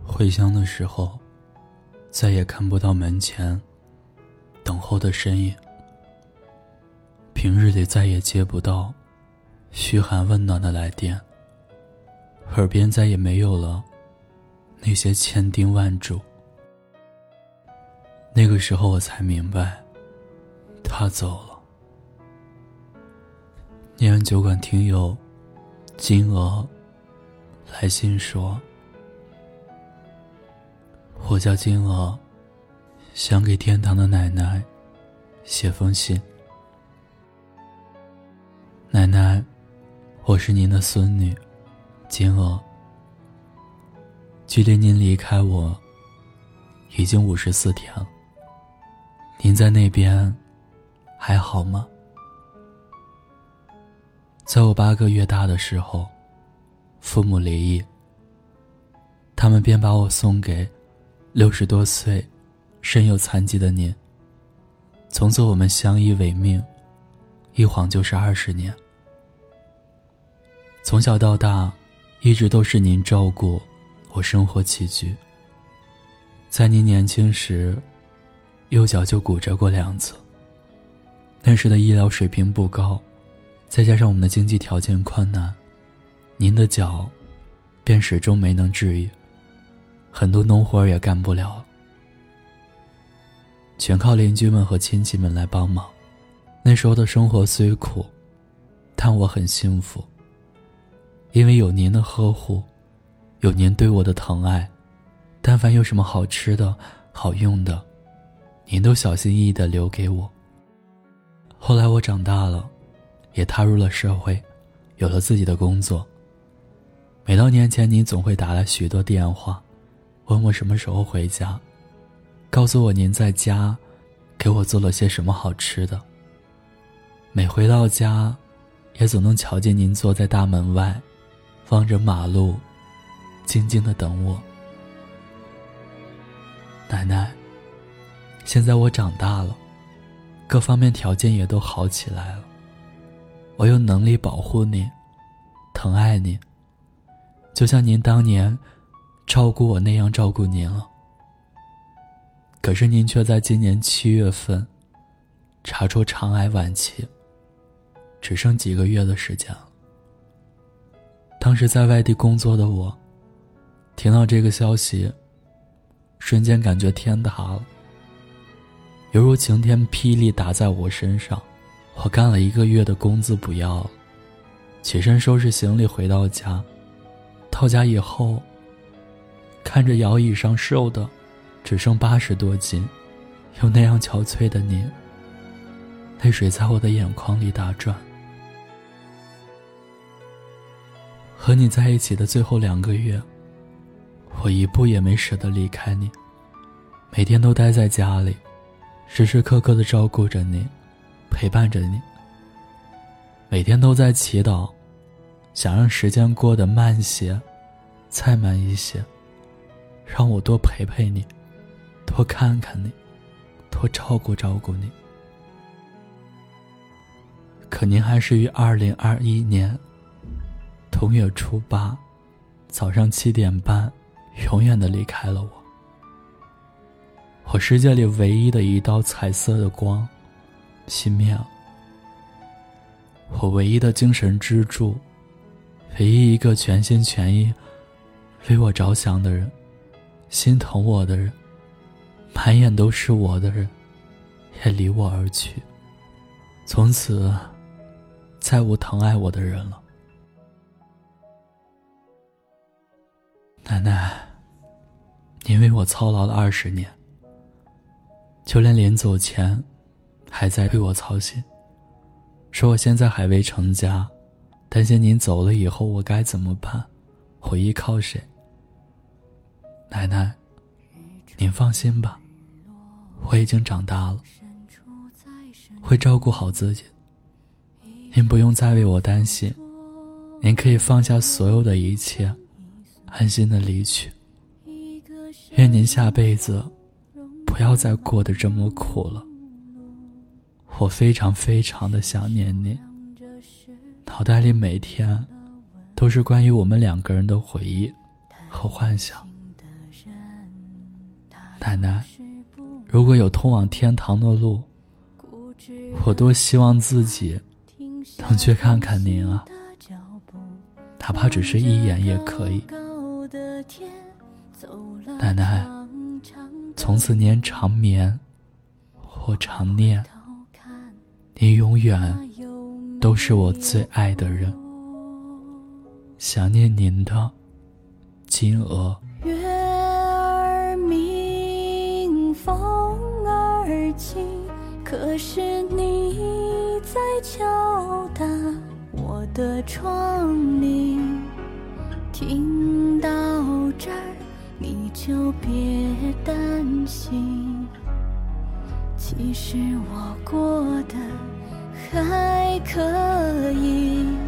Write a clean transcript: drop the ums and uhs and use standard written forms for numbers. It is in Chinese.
回乡的时候，再也看不到门前等候的身影，平日里再也接不到嘘寒问暖的来电，耳边再也没有了那些千叮万嘱。那个时候我才明白，他走了。念安酒馆听友金额来信说，我叫金额，想给天堂的奶奶写封信。奶奶，我是您的孙女金额，距离您离开我已经54天了，您在那边还好吗？在我8个月大的时候，父母离异，他们便把我送给60多岁身有残疾的您。从此我们相依为命，一晃就是20年。从小到大，一直都是您照顾我生活起居。在您年轻时，右脚就骨折过2次。那时的医疗水平不高，再加上我们的经济条件困难，您的脚便始终没能治愈，很多农活也干不了，全靠邻居们和亲戚们来帮忙。那时候的生活虽苦，但我很幸福，因为有您的呵护，有您对我的疼爱，但凡有什么好吃的好用的，您都小心翼翼地留给我。后来我长大了，也踏入了社会，有了自己的工作。每到年前，您总会打来许多电话，问我什么时候回家，告诉我您在家给我做了些什么好吃的。每回到家，也总能瞧见您坐在大门外，望着马路，静静地等我。奶奶，现在我长大了，各方面条件也都好起来了，我有能力保护您，疼爱您，就像您当年照顾我那样照顾您了。可是您却在今年7月份查出肠癌晚期，只剩几个月的时间了。当时在外地工作的我，听到这个消息，瞬间感觉天塌了，犹如晴天霹雳打在我身上。我干了1个月的工资不要了，起身收拾行李回到家。到家以后，看着摇椅上瘦的只剩80多斤，又那样憔悴的您，泪水在我的眼眶里打转。和你在一起的最后2个月，我一步也没舍得离开你，每天都待在家里，时时刻刻地照顾着你，陪伴着你。每天都在祈祷，想让时间过得慢些，再慢一些，让我多陪陪你，多看看你，多照顾照顾你。可您还是于2021年同月初8早上7点半永远地离开了我。我世界里唯一的一道彩色的光熄灭了，我唯一的精神支柱，唯一一个全心全意为我着想的人，心疼我的人，满眼都是我的人，也离我而去，从此再无疼爱我的人了。奶奶，您为我操劳了20年，就连临走前还在为我操心，说我现在还未成家，担心您走了以后我该怎么办，我依靠谁？奶奶，您放心吧，我已经长大了，会照顾好自己，您不用再为我担心，您可以放下所有的一切，安心的离去。愿您下辈子不要再过得这么苦了，我非常非常的想念您，脑袋里每天都是关于我们2个人的回忆和幻想。 奶奶，如果有通往天堂的路，我多希望自己能去看看您啊，哪怕只是一眼也可以。奶奶，从此您长眠或长念，您永远都是我最爱的人。想念您的金娥。 月儿明，风儿轻，可是你在敲打我的窗棂。听到这儿你就别担心，其实我过得还可以。